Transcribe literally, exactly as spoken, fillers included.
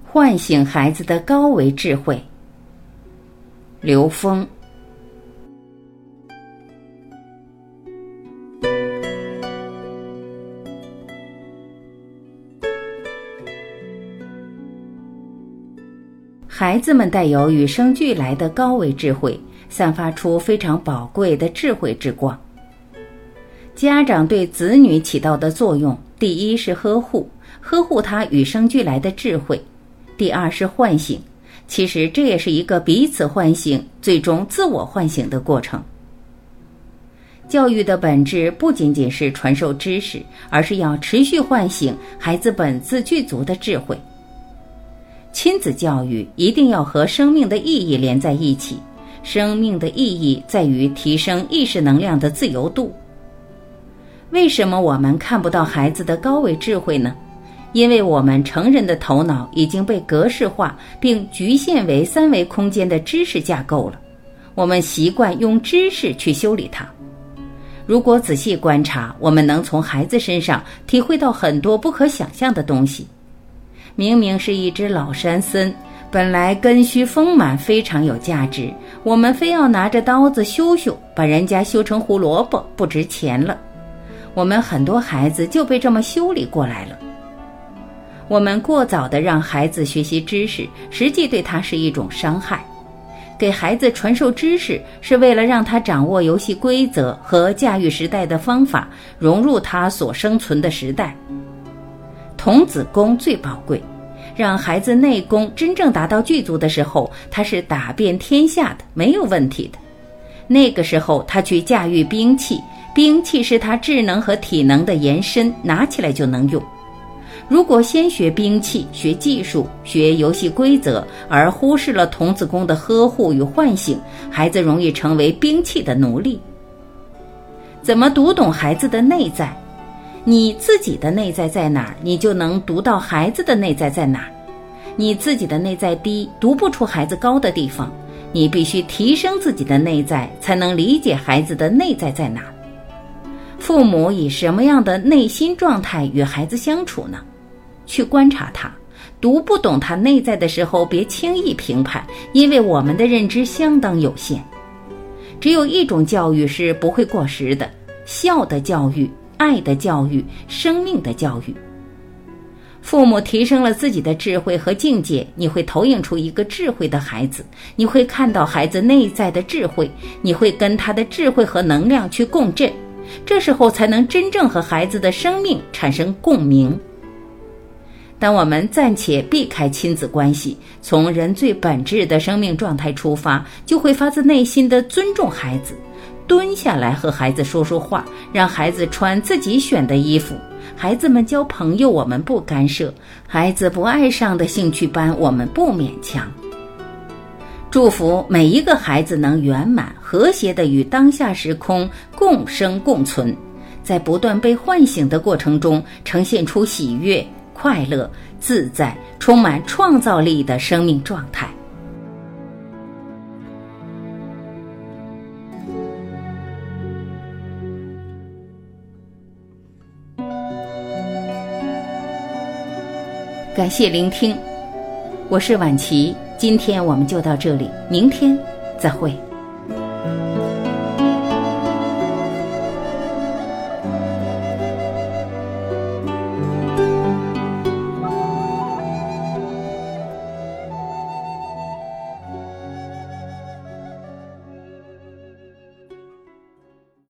唤醒孩子的高维智慧。刘峰。孩子们带有与生俱来的高维智慧，散发出非常宝贵的智慧之光。家长对子女起到的作用，第一是呵护，呵护他与生俱来的智慧；第二是唤醒，其实这也是一个彼此唤醒，最终自我唤醒的过程。教育的本质不仅仅是传授知识，而是要持续唤醒孩子本自具足的智慧。亲子教育一定要和生命的意义连在一起，生命的意义在于提升意识能量的自由度。为什么我们看不到孩子的高维智慧呢？因为我们成人的头脑已经被格式化并局限为三维空间的知识架构了，我们习惯用知识去修理它。如果仔细观察，我们能从孩子身上体会到很多不可想象的东西。明明是一只老山参，本来根须丰满，非常有价值，我们非要拿着刀子修修，把人家修成胡萝卜，不值钱了。我们很多孩子就被这么修理过来了。我们过早地让孩子学习知识，实际对他是一种伤害。给孩子传授知识，是为了让他掌握游戏规则和驾驭时代的方法，融入他所生存的时代。童子功最宝贵，让孩子内功真正达到具足的时候，他是打遍天下的，没有问题的。那个时候他去驾驭兵器，兵器是他智能和体能的延伸，拿起来就能用。如果先学兵器、学技术、学游戏规则，而忽视了童子功的呵护与唤醒，孩子容易成为兵器的奴隶。怎么读懂孩子的内在？你自己的内在在哪儿，你就能读到孩子的内在在哪儿。你自己的内在低，读不出孩子高的地方，你必须提升自己的内在，才能理解孩子的内在在哪儿。父母以什么样的内心状态与孩子相处呢？去观察他，读不懂他内在的时候，别轻易评判，因为我们的认知相当有限。只有一种教育是不会过时的，孝的教育，爱的教育，生命的教育。父母提升了自己的智慧和境界，你会投影出一个智慧的孩子，你会看到孩子内在的智慧，你会跟他的智慧和能量去共振，这时候才能真正和孩子的生命产生共鸣。当我们暂且避开亲子关系，从人最本质的生命状态出发，就会发自内心的尊重孩子，蹲下来和孩子说说话，让孩子穿自己选的衣服。孩子们交朋友我们不干涉，孩子不爱上的兴趣班我们不勉强。祝福每一个孩子能圆满和谐地与当下时空共生共存，在不断被唤醒的过程中，呈现出喜悦、快乐、自在、充满创造力的生命状态。感谢聆听，我是婉琪，今天我们就到这里，明天再会。